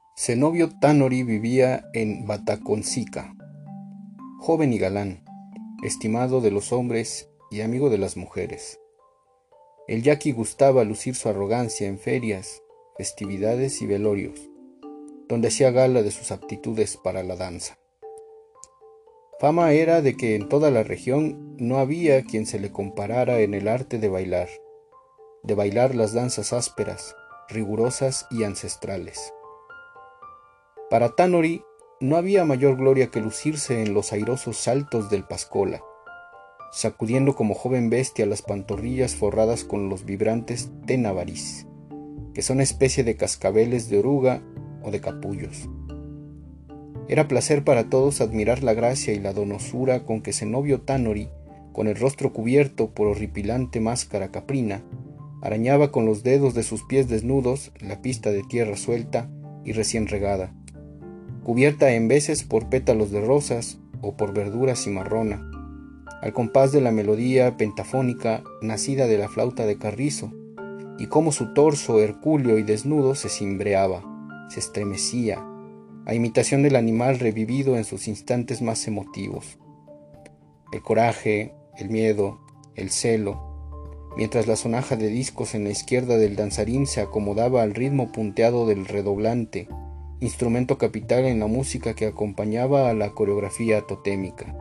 Zenobio Tanori vivía en Bataconsica, joven y galán, estimado de los hombres y amigo de las mujeres. El yaqui gustaba lucir su arrogancia en ferias, festividades y velorios, donde hacía gala de sus aptitudes para la danza. Fama era de que en toda la región no había quien se le comparara en el arte de bailar las danzas ásperas, rigurosas y ancestrales. Para Tanori no había mayor gloria que lucirse en los airosos saltos del Pascola, sacudiendo como joven bestia las pantorrillas forradas con los vibrantes tenavarís, que son especie de cascabeles de oruga o de capullos. Era placer para todos admirar la gracia y la donosura con que Zenobio Tanori, con el rostro cubierto por horripilante máscara caprina, arañaba con los dedos de sus pies desnudos la pista de tierra suelta y recién regada, cubierta en veces por pétalos de rosas o por verdura cimarrona, al compás de la melodía pentafónica nacida de la flauta de carrizo, y cómo su torso hercúleo y desnudo se cimbreaba, se estremecía, a imitación del animal revivido en sus instantes más emotivos. El coraje, el miedo, el celo, mientras la sonaja de discos en la izquierda del danzarín se acomodaba al ritmo punteado del redoblante, instrumento capital en la música que acompañaba a la coreografía totémica.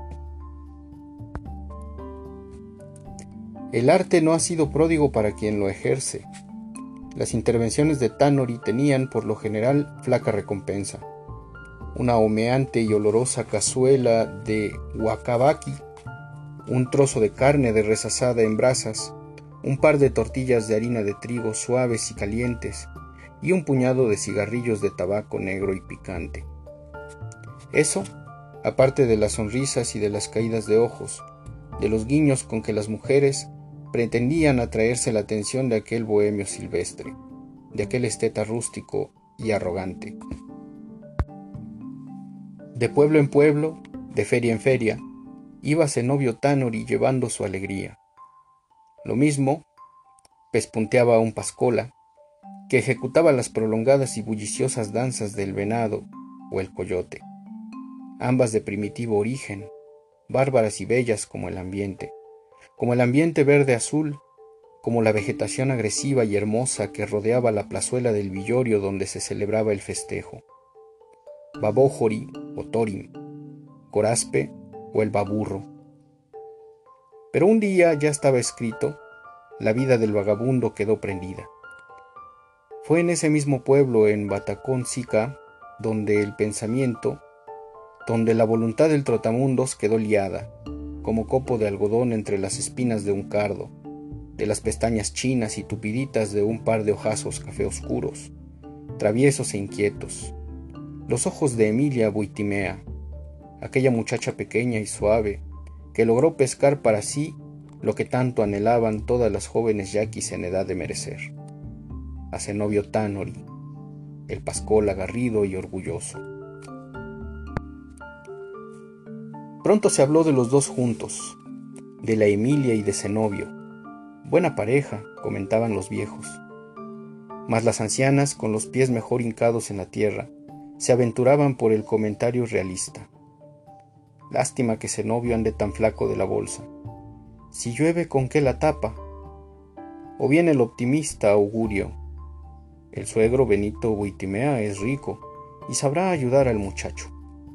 El arte no ha sido pródigo para quien lo ejerce. Las intervenciones de Tanori tenían, por lo general, flaca recompensa. Una humeante y olorosa cazuela de huacabaqui, un trozo de carne de res asada en brasas, un par de tortillas de harina de trigo suaves y calientes, y un puñado de cigarrillos de tabaco negro y picante. Eso, aparte de las sonrisas y de las caídas de ojos, de los guiños con que las mujeres pretendían atraerse la atención de aquel bohemio silvestre, de aquel esteta rústico y arrogante. De pueblo en pueblo, de feria en feria, iba Zenobio Tanori llevando su alegría. Lo mismo pespunteaba a un Pascola, que ejecutaba las prolongadas y bulliciosas danzas del venado o el coyote, ambas de primitivo origen, bárbaras y bellas como el ambiente verde-azul, como la vegetación agresiva y hermosa que rodeaba la plazuela del Villorio donde se celebraba el festejo. Babójori o Torim, Corazpe o el Baburro. Pero un día ya estaba escrito, la vida del vagabundo quedó prendida. Fue en ese mismo pueblo, en Bataconsica, donde el pensamiento, donde la voluntad del trotamundos quedó liada, como copo de algodón entre las espinas de un cardo, de las pestañas chinas y tupiditas de un par de ojazos café oscuros, traviesos e inquietos, los ojos de Emilia Buitimea, aquella muchacha pequeña y suave, que logró pescar para sí lo que tanto anhelaban todas las jóvenes yaquis en edad de merecer, a Zenobio Tanori, el Pascola agarrido y orgulloso. Pronto se habló de los dos juntos, de la Emilia y de Zenobio. Buena pareja, comentaban los viejos. Mas las ancianas, con los pies mejor hincados en la tierra, se aventuraban por el comentario realista. Lástima que Zenobio ande tan flaco de la bolsa. Si llueve, ¿con qué la tapa? O bien el optimista augurio: el suegro Benito Buitimea es rico y sabrá ayudar al muchacho.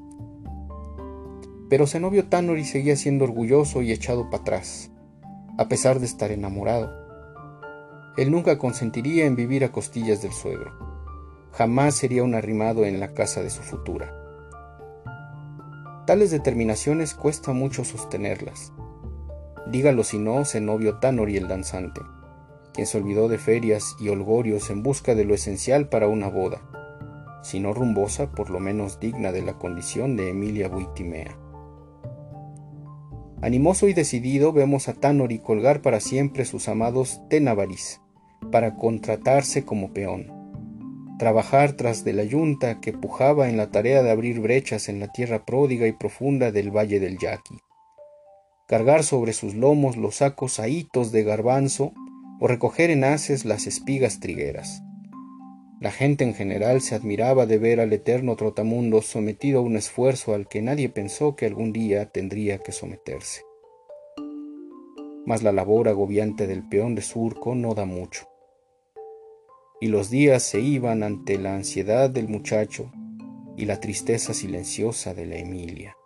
Pero Zenobio Tanori seguía siendo orgulloso y echado para atrás, a pesar de estar enamorado. Él nunca consentiría en vivir a costillas del suegro. Jamás sería un arrimado en la casa de su futura. Tales determinaciones cuesta mucho sostenerlas. Dígalo si no Zenobio Tanori el danzante, quien se olvidó de ferias y holgorios en busca de lo esencial para una boda, si no rumbosa, por lo menos digna de la condición de Emilia Buitimea. Animoso y decidido vemos a Tanori colgar para siempre sus amados tenavarís, para contratarse como peón, trabajar tras de la yunta que pujaba en la tarea de abrir brechas en la tierra pródiga y profunda del Valle del Yaqui, cargar sobre sus lomos los sacos ahitos de garbanzo o recoger en haces las espigas trigueras. La gente en general se admiraba de ver al eterno trotamundos sometido a un esfuerzo al que nadie pensó que algún día tendría que someterse. Mas la labor agobiante del peón de surco no da mucho, y los días se iban ante la ansiedad del muchacho y la tristeza silenciosa de la Emilia.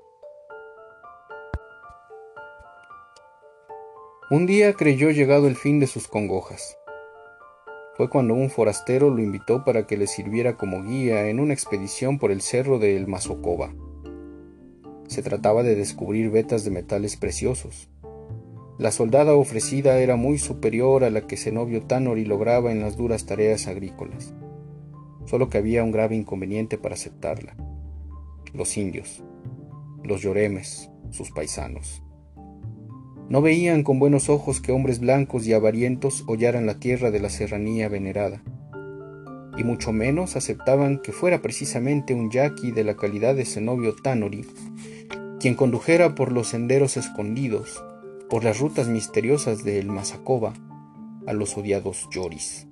Un día creyó llegado el fin de sus congojas. Fue cuando un forastero lo invitó para que le sirviera como guía en una expedición por el cerro de El Mazocoba. Se trataba de descubrir vetas de metales preciosos. La soldada ofrecida era muy superior a la que Zenobio Tanori lograba en las duras tareas agrícolas. Solo que había un grave inconveniente para aceptarla: los indios, los yoremes, sus paisanos. No veían con buenos ojos que hombres blancos y avarientos hollaran la tierra de la serranía venerada, y mucho menos aceptaban que fuera precisamente un yaqui de la calidad de Zenobio Tanori quien condujera por los senderos escondidos, por las rutas misteriosas de El Mazacoba, a los odiados yoris.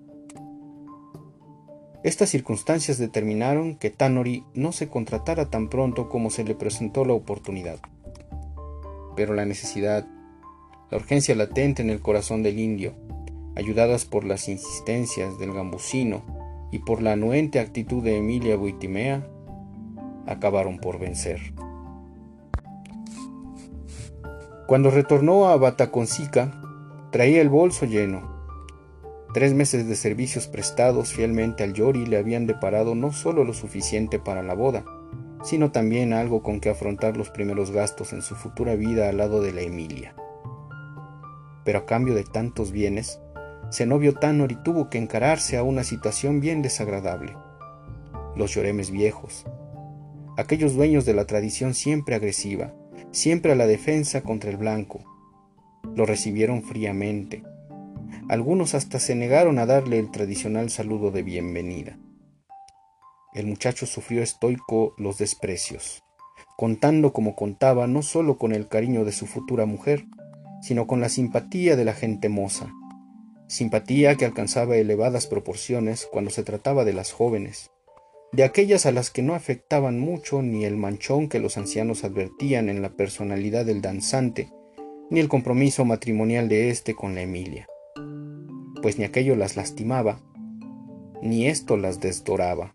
Estas circunstancias determinaron que Tanori no se contratara tan pronto como se le presentó la oportunidad. Pero la necesidad, la urgencia latente en el corazón del indio, ayudadas por las insistencias del gambusino y por la anuente actitud de Emilia Buitimea, acabaron por vencer. Cuando retornó a Bataconcica, traía el bolso lleno. 3 meses de servicios prestados fielmente al Yori le habían deparado no solo lo suficiente para la boda, sino también algo con que afrontar los primeros gastos en su futura vida al lado de la Emilia. Pero a cambio de tantos bienes, Zenobio Tanori tuvo que encararse a una situación bien desagradable. Los yoremes viejos, aquellos dueños de la tradición siempre agresiva, siempre a la defensa contra el blanco, lo recibieron fríamente. Algunos hasta se negaron a darle el tradicional saludo de bienvenida. El muchacho sufrió estoico los desprecios, contando como contaba no solo con el cariño de su futura mujer, sino con la simpatía de la gente moza, simpatía que alcanzaba elevadas proporciones cuando se trataba de las jóvenes, de aquellas a las que no afectaban mucho ni el manchón que los ancianos advertían en la personalidad del danzante, ni el compromiso matrimonial de éste con la Emilia, pues ni aquello las lastimaba, ni esto las desdoraba.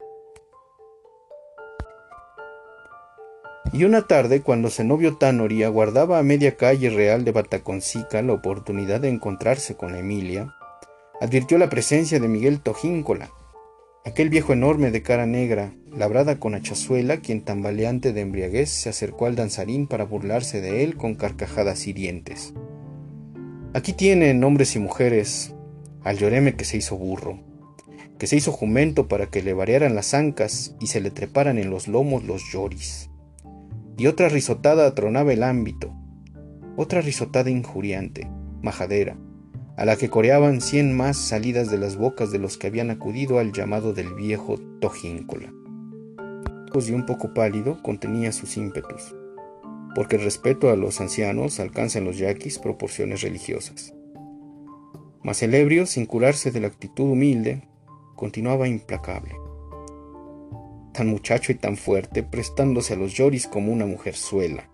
Y una tarde, cuando Zenobio Tanori aguardaba a media calle real de Bataconcica la oportunidad de encontrarse con la Emilia, advirtió la presencia de Miguel Tojíncola, aquel viejo enorme de cara negra, labrada con hachazuela, quien tambaleante de embriaguez se acercó al danzarín para burlarse de él con carcajadas hirientes. Aquí tienen, hombres y mujeres, al yoreme que se hizo burro, que se hizo jumento para que le variaran las ancas y se le treparan en los lomos los yoris. Y otra risotada atronaba el ámbito, otra risotada injuriante, majadera, a la que coreaban 100 más salidas de las bocas de los que habían acudido al llamado del viejo Tojíncola. Y un poco pálido contenía sus ímpetus, porque el respeto a los ancianos alcanza en los yaquis proporciones religiosas. Mas el ebrio, sin curarse de la actitud humilde, continuaba implacable, tan muchacho y tan fuerte, prestándose a los yoris como una mujerzuela.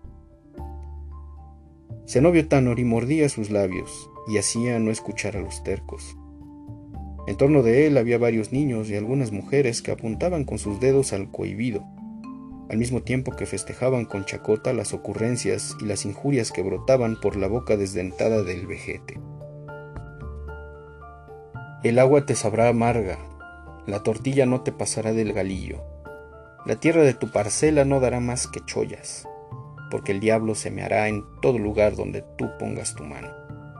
Zenobio Tanori mordía sus labios y hacía no escuchar a los tercos. En torno de él había varios niños y algunas mujeres que apuntaban con sus dedos al cohibido, al mismo tiempo que festejaban con chacota las ocurrencias y las injurias que brotaban por la boca desdentada del vejete. El agua te sabrá amarga, la tortilla no te pasará del galillo, la tierra de tu parcela no dará más que chollas, porque el diablo semeará en todo lugar donde tú pongas tu mano.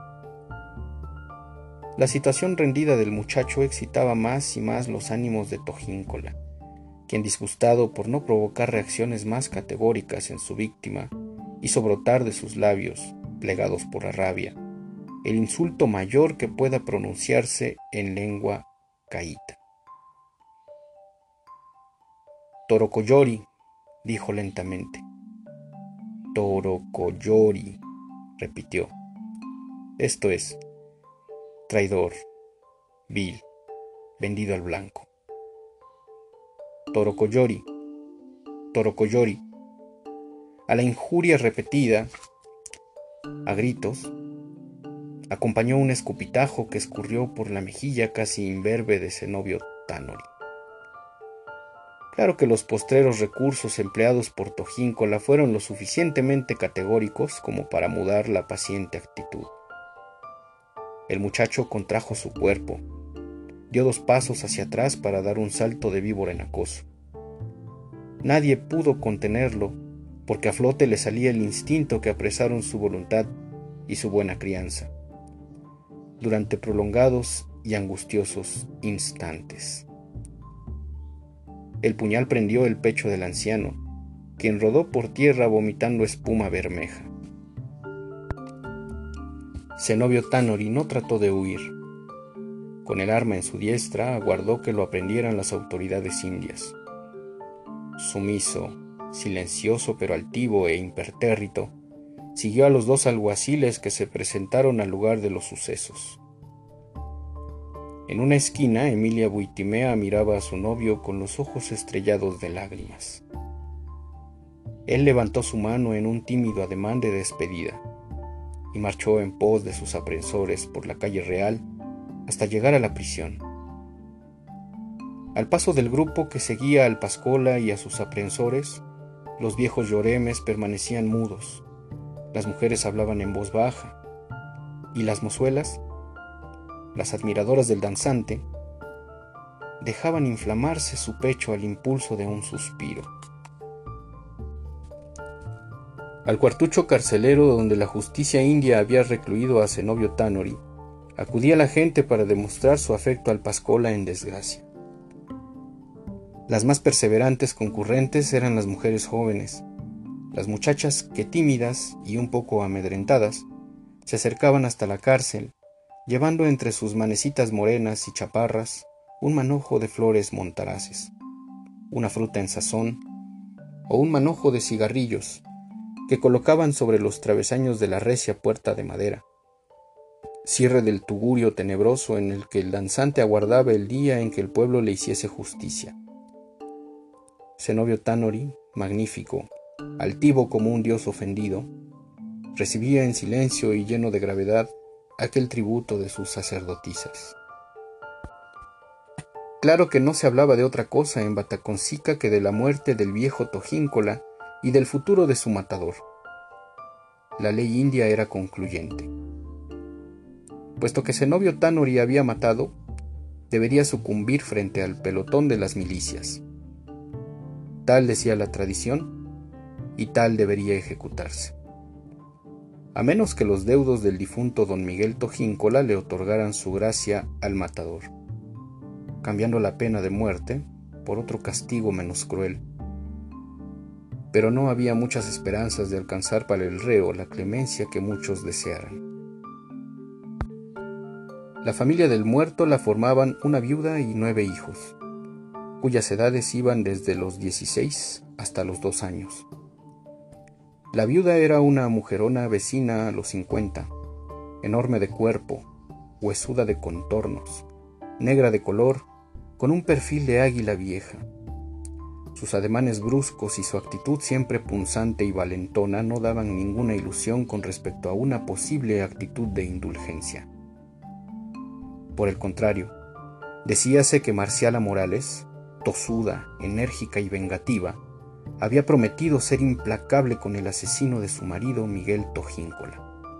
La situación rendida del muchacho excitaba más y más los ánimos de Tojíncola, quien, disgustado por no provocar reacciones más categóricas en su víctima, hizo brotar de sus labios, plegados por la rabia, el insulto mayor que pueda pronunciarse en lengua caíta. Torocoyori, dijo lentamente. Torocoyori, repitió. Esto es, traidor, vil, vendido al blanco. Torocoyori, Torocoyori. A la injuria repetida, a gritos, acompañó un escupitajo que escurrió por la mejilla casi imberbe de Zenobio Tanori. Claro que los postreros recursos empleados por Togíncola fueron lo suficientemente categóricos como para mudar la paciente actitud. El muchacho contrajo su cuerpo, dio 2 pasos hacia atrás para dar un salto de víbora en acoso. Nadie pudo contenerlo, porque a flote le salía el instinto que apresaron su voluntad y su buena crianza, durante prolongados y angustiosos instantes. El puñal prendió el pecho del anciano, quien rodó por tierra vomitando espuma bermeja. Zenobio Tanori no trató de huir. Con el arma en su diestra, aguardó que lo aprendieran las autoridades indias. Sumiso, silencioso pero altivo e impertérrito, siguió a los 2 alguaciles que se presentaron al lugar de los sucesos. En una esquina, Emilia Buitimea miraba a su novio con los ojos estrellados de lágrimas. Él levantó su mano en un tímido ademán de despedida y marchó en pos de sus aprensores por la calle Real hasta llegar a la prisión. Al paso del grupo que seguía al Pascola y a sus aprensores, los viejos lloremes permanecían mudos, las mujeres hablaban en voz baja, y las mozuelas, las admiradoras del danzante, dejaban inflamarse su pecho al impulso de un suspiro. Al cuartucho carcelero donde la justicia india había recluido a Zenobio Tanori, acudía la gente para demostrar su afecto al Pascola en desgracia. Las más perseverantes concurrentes eran las mujeres jóvenes, las muchachas que, tímidas y un poco amedrentadas, se acercaban hasta la cárcel, llevando entre sus manecitas morenas y chaparras un manojo de flores montaraces, una fruta en sazón o un manojo de cigarrillos que colocaban sobre los travesaños de la recia puerta de madera, cierre del tugurio tenebroso en el que el danzante aguardaba el día en que el pueblo le hiciese justicia. Zenobio Tanori, magnífico, altivo como un dios ofendido, recibía en silencio y lleno de gravedad aquel tributo de sus sacerdotisas. Claro que no se hablaba de otra cosa en Bataconcica que de la muerte del viejo Togíncola y del futuro de su matador. La ley india era concluyente. Puesto que Zenobio Tanori había matado, debería sucumbir frente al pelotón de las milicias. Tal decía la tradición, y tal debería ejecutarse. A menos que los deudos del difunto don Miguel Togíncola le otorgaran su gracia al matador, cambiando la pena de muerte por otro castigo menos cruel. Pero no había muchas esperanzas de alcanzar para el reo la clemencia que muchos desearan. La familia del muerto la formaban una viuda y 9 hijos, cuyas edades iban desde los 16 hasta los 2 años. La viuda era una mujerona vecina a los 50, enorme de cuerpo, huesuda de contornos, negra de color, con un perfil de águila vieja. Sus ademanes bruscos y su actitud siempre punzante y valentona no daban ninguna ilusión con respecto a una posible actitud de indulgencia. Por el contrario, decíase que Marciala Morales, tosuda, enérgica y vengativa, había prometido ser implacable con el asesino de su marido Miguel Togíncola.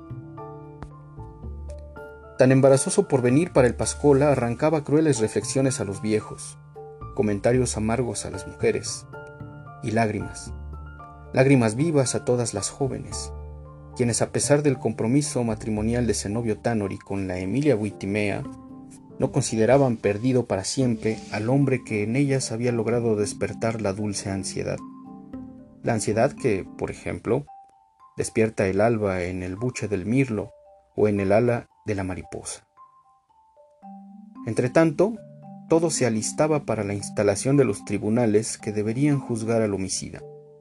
Tan embarazoso porvenir para el Pascola arrancaba crueles reflexiones a los viejos, comentarios amargos a las mujeres y lágrimas vivas a todas las jóvenes, quienes a pesar del compromiso matrimonial de Zenobio Tanori con la Emilia Buitimea, no consideraban perdido para siempre al hombre que en ellas había logrado despertar la dulce ansiedad. La ansiedad que, por ejemplo, despierta el alba en el buche del mirlo o en el ala de la mariposa. Entretanto, todo se alistaba para la instalación de los tribunales que deberían juzgar al homicida.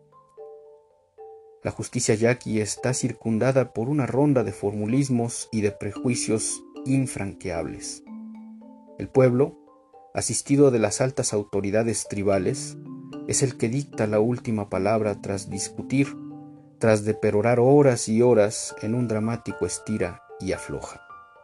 La justicia yaqui está circundada por una ronda de formulismos y de prejuicios infranqueables. El pueblo, asistido de las altas autoridades tribales, es el que dicta la última palabra tras discutir, tras de perorar horas y horas en un dramático estira y afloja.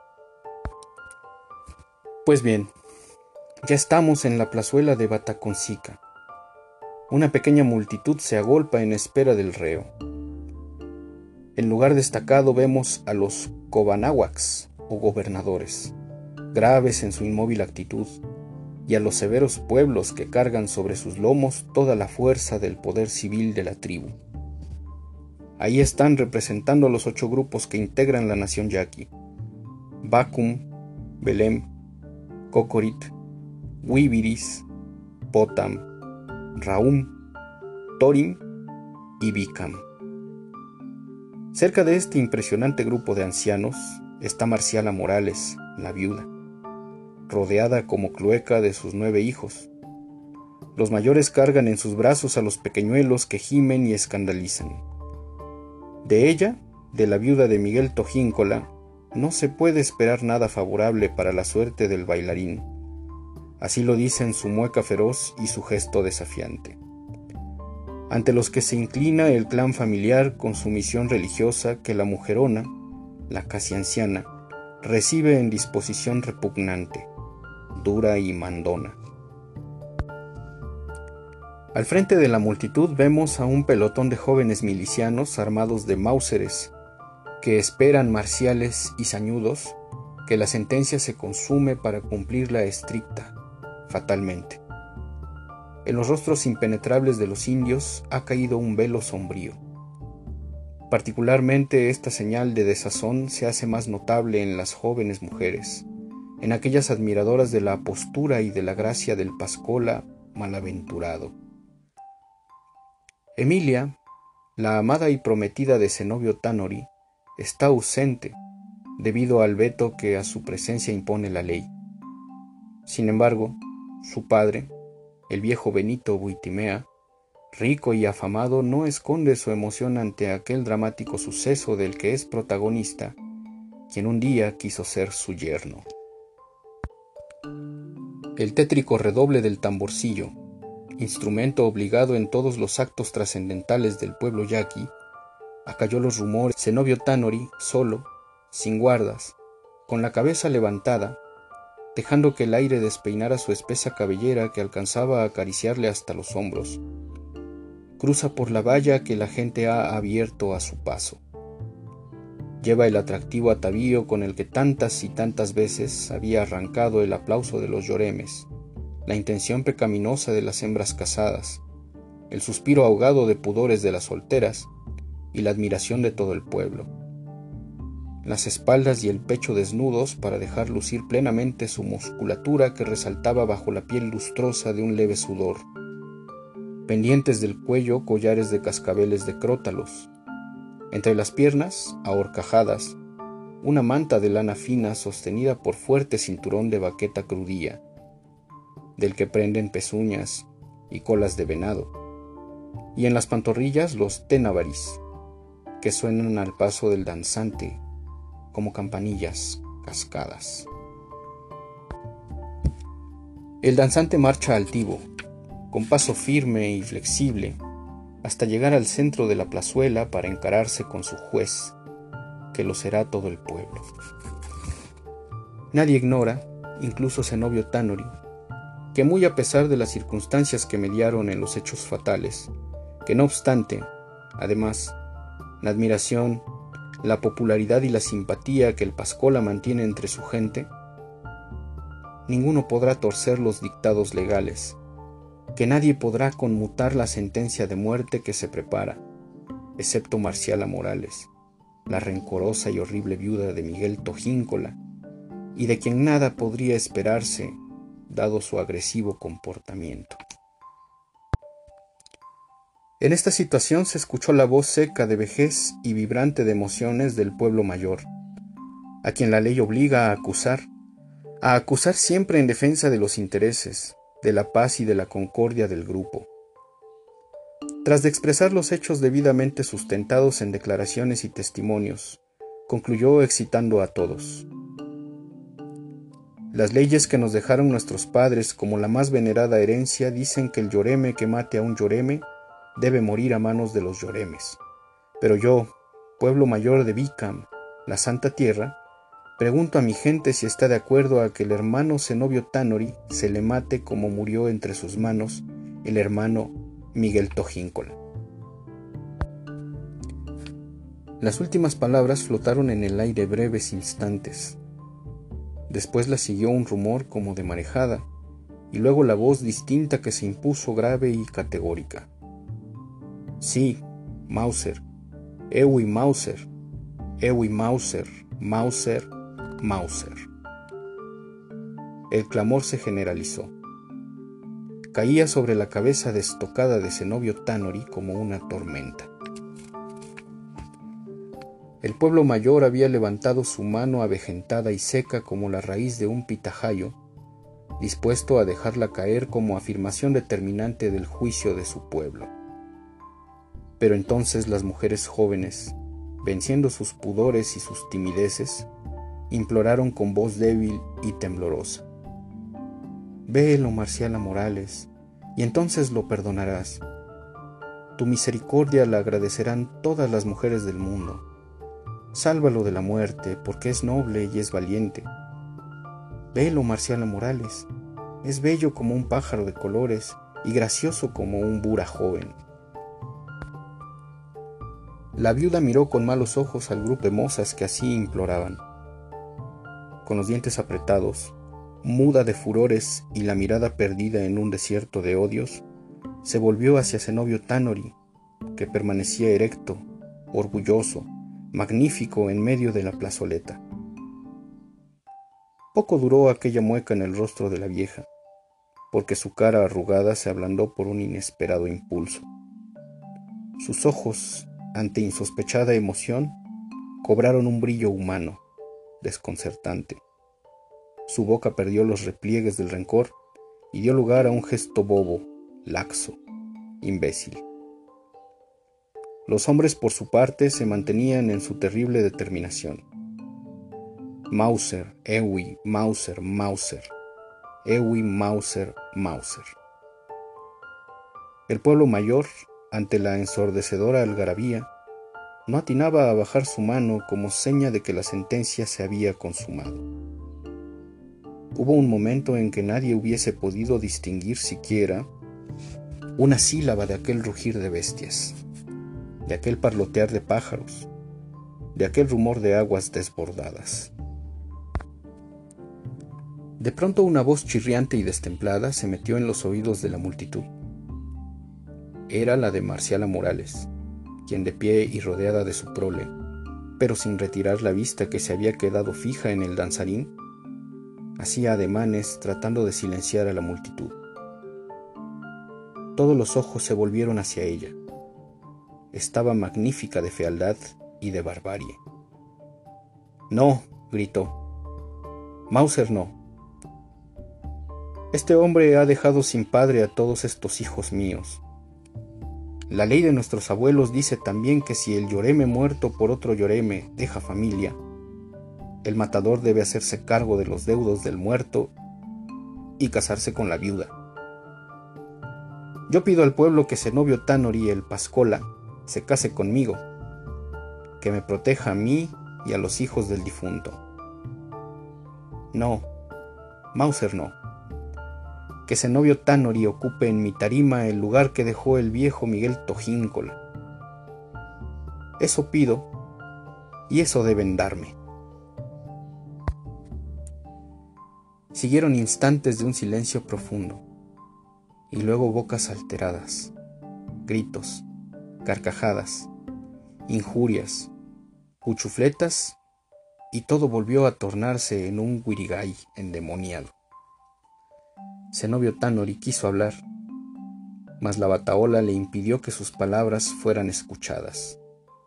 Pues bien, ya estamos en la plazuela de Bataconcica. Una pequeña multitud se agolpa en espera del reo. En lugar destacado vemos a los cobanáhuacs o gobernadores, graves en su inmóvil actitud, y a los severos pueblos que cargan sobre sus lomos toda la fuerza del poder civil de la tribu. Ahí están representando los 8 grupos que integran la nación yaqui: Bacum, Belem, Cocorit, Huibiris, Potam, Raum, Torim y Bicam. Cerca de este impresionante grupo de ancianos está Marciala Morales, la viuda, rodeada como clueca de sus 9 hijos. Los mayores cargan en sus brazos a los pequeñuelos que gimen y escandalizan. De ella, de la viuda de Miguel Tojíncola, no se puede esperar nada favorable para la suerte del bailarín. Así lo dicen su mueca feroz y su gesto desafiante. Ante los que se inclina el clan familiar con su misión religiosa que la mujerona, la casi anciana, recibe en disposición repugnante, dura y mandona. Al frente de la multitud vemos a un pelotón de jóvenes milicianos armados de máuseres que esperan marciales y sañudos que la sentencia se consume para cumplirla estricta, fatalmente. En los rostros impenetrables de los indios ha caído un velo sombrío. Particularmente esta señal de desazón se hace más notable en las jóvenes mujeres, en aquellas admiradoras de la postura y de la gracia del pascola malaventurado. Emilia, la amada y prometida de Zenobio Tanori, está ausente debido al veto que a su presencia impone la ley. Sin embargo, su padre, el viejo Benito Buitimea, rico y afamado, no esconde su emoción ante aquel dramático suceso del que es protagonista, quien un día quiso ser su yerno. El tétrico redoble del tamborcillo, instrumento obligado en todos los actos trascendentales del pueblo yaqui, acalló los rumores. Zenobio Tanori, solo, sin guardas, con la cabeza levantada, dejando que el aire despeinara su espesa cabellera que alcanzaba a acariciarle hasta los hombros, cruza por la valla que la gente ha abierto a su paso. Lleva el atractivo atavío con el que tantas y tantas veces había arrancado el aplauso de los lloremes, la intención pecaminosa de las hembras casadas, el suspiro ahogado de pudores de las solteras y la admiración de todo el pueblo. Las espaldas y el pecho desnudos para dejar lucir plenamente su musculatura que resaltaba bajo la piel lustrosa de un leve sudor. Pendientes del cuello collares de cascabeles de crótalos. Entre las piernas, ahorcajadas, una manta de lana fina sostenida por fuerte cinturón de baqueta crudía, del que prenden pezuñas y colas de venado, y en las pantorrillas los tenabaris, que suenan al paso del danzante como campanillas cascadas. El danzante marcha altivo, con paso firme y flexible, hasta llegar al centro de la plazuela para encararse con su juez, que lo será todo el pueblo. Nadie ignora, incluso Zenobio Tanori, que muy a pesar de las circunstancias que mediaron en los hechos fatales, que no obstante, además, la admiración, la popularidad y la simpatía que el Pascola mantiene entre su gente, ninguno podrá torcer los dictados legales, que nadie podrá conmutar la sentencia de muerte que se prepara, excepto Marciala Morales, la rencorosa y horrible viuda de Miguel Tojíncola, y de quien nada podría esperarse, dado su agresivo comportamiento. En esta situación se escuchó la voz seca de vejez y vibrante de emociones del pueblo mayor, a quien la ley obliga a acusar siempre en defensa de los intereses, de la paz y de la concordia del grupo. Tras de expresar los hechos debidamente sustentados en declaraciones y testimonios, concluyó excitando a todos. Las leyes que nos dejaron nuestros padres como la más venerada herencia dicen que el yoreme que mate a un yoreme debe morir a manos de los yoremes. Pero yo, pueblo mayor de Bicam, la Santa Tierra, pregunto a mi gente si está de acuerdo a que el hermano Zenobio Tanori se le mate como murió entre sus manos el hermano Miguel Tojíncola. Las últimas palabras flotaron en el aire breves instantes. Después las siguió un rumor como de marejada, y luego la voz distinta que se impuso grave y categórica. Sí, Mauser, Ewi Mauser, Ewi Mauser, Mauser, Mauser. El clamor se generalizó. Caía sobre la cabeza destocada de Zenobio Tanori como una tormenta. El pueblo mayor había levantado su mano avejentada y seca como la raíz de un pitajayo, dispuesto a dejarla caer como afirmación determinante del juicio de su pueblo. Pero entonces las mujeres jóvenes, venciendo sus pudores y sus timideces, imploraron con voz débil y temblorosa: «Véelo, Marciala Morales, y entonces lo perdonarás. Tu misericordia la agradecerán todas las mujeres del mundo. Sálvalo de la muerte, porque es noble y es valiente. Velo, Marciala Morales, es bello como un pájaro de colores y gracioso como un bura joven». La viuda miró con malos ojos al grupo de mozas que así imploraban. Con los dientes apretados, muda de furores y la mirada perdida en un desierto de odios, se volvió hacia Zenobio Tanori, que permanecía erecto, orgulloso, magnífico en medio de la plazoleta. Poco duró aquella mueca en el rostro de la vieja, porque su cara arrugada se ablandó por un inesperado impulso. Sus ojos, ante insospechada emoción, cobraron un brillo humano, desconcertante. Su boca perdió los repliegues del rencor y dio lugar a un gesto bobo, laxo, imbécil. Los hombres, por su parte, se mantenían en su terrible determinación. Mauser, Ewi, Mauser, Mauser, Ewi, Mauser, Mauser. El pueblo mayor, ante la ensordecedora algarabía, no atinaba a bajar su mano como seña de que la sentencia se había consumado. Hubo un momento en que nadie hubiese podido distinguir siquiera una sílaba de aquel rugir de bestias, de aquel parlotear de pájaros, de aquel rumor de aguas desbordadas. De pronto una voz chirriante y destemplada se metió en los oídos de la multitud. Era la de Marciala Morales, quien, de pie y rodeada de su prole, pero sin retirar la vista que se había quedado fija en el danzarín, hacía ademanes tratando de silenciar a la multitud. Todos los ojos se volvieron hacia ella. Estaba magnífica de fealdad y de barbarie. «No», gritó. «Mauser no. Este hombre ha dejado sin padre a todos estos hijos míos. La ley de nuestros abuelos dice también que si el yoreme muerto por otro yoreme deja familia, el matador debe hacerse cargo de los deudos del muerto y casarse con la viuda. Yo pido al pueblo que Zenobio Tanori el Pascola se case conmigo, que me proteja a mí y a los hijos del difunto. No, Mauser no. Que Zenobio Tanori ocupe en mi tarima el lugar que dejó el viejo Miguel Tojíncola. Eso pido, y eso deben darme». Siguieron instantes de un silencio profundo, y luego bocas alteradas, gritos, carcajadas, injurias, cuchufletas, y todo volvió a tornarse en un guirigay endemoniado. Zenobio Tanori quiso hablar, mas la batahola le impidió que sus palabras fueran escuchadas.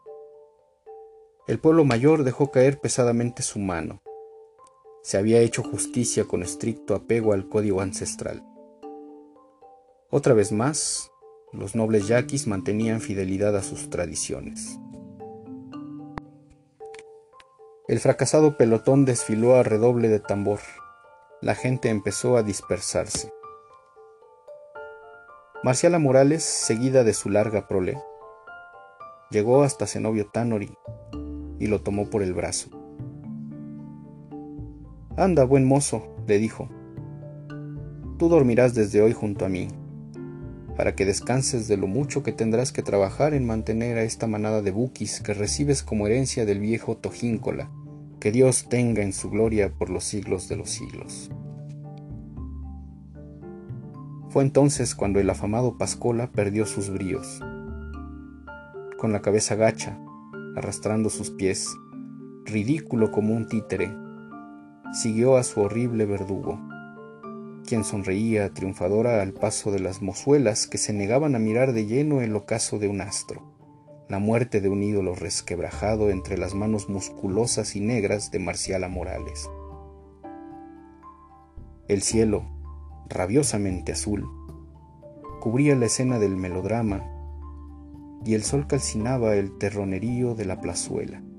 El pueblo mayor dejó caer pesadamente su mano. Se había hecho justicia con estricto apego al código ancestral. Otra vez más, los nobles yaquis mantenían fidelidad a sus tradiciones. El fracasado pelotón desfiló a redoble de tambor, la gente empezó a dispersarse. Marciala Morales, seguida de su larga prole, llegó hasta Zenobio Tanori y lo tomó por el brazo. «Anda, buen mozo», le dijo, «tú dormirás desde hoy junto a mí, para que descanses de lo mucho que tendrás que trabajar en mantener a esta manada de buquis que recibes como herencia del viejo Togíncola, que Dios tenga en su gloria por los siglos de los siglos». Fue entonces cuando el afamado Pascola perdió sus bríos. Con la cabeza gacha, arrastrando sus pies, ridículo como un títere, siguió a su horrible verdugo, quien sonreía triunfadora al paso de las mozuelas que se negaban a mirar de lleno el ocaso de un astro, la muerte de un ídolo resquebrajado entre las manos musculosas y negras de Marciala Morales. El cielo, rabiosamente azul, cubría la escena del melodrama y el sol calcinaba el terronerío de la plazuela.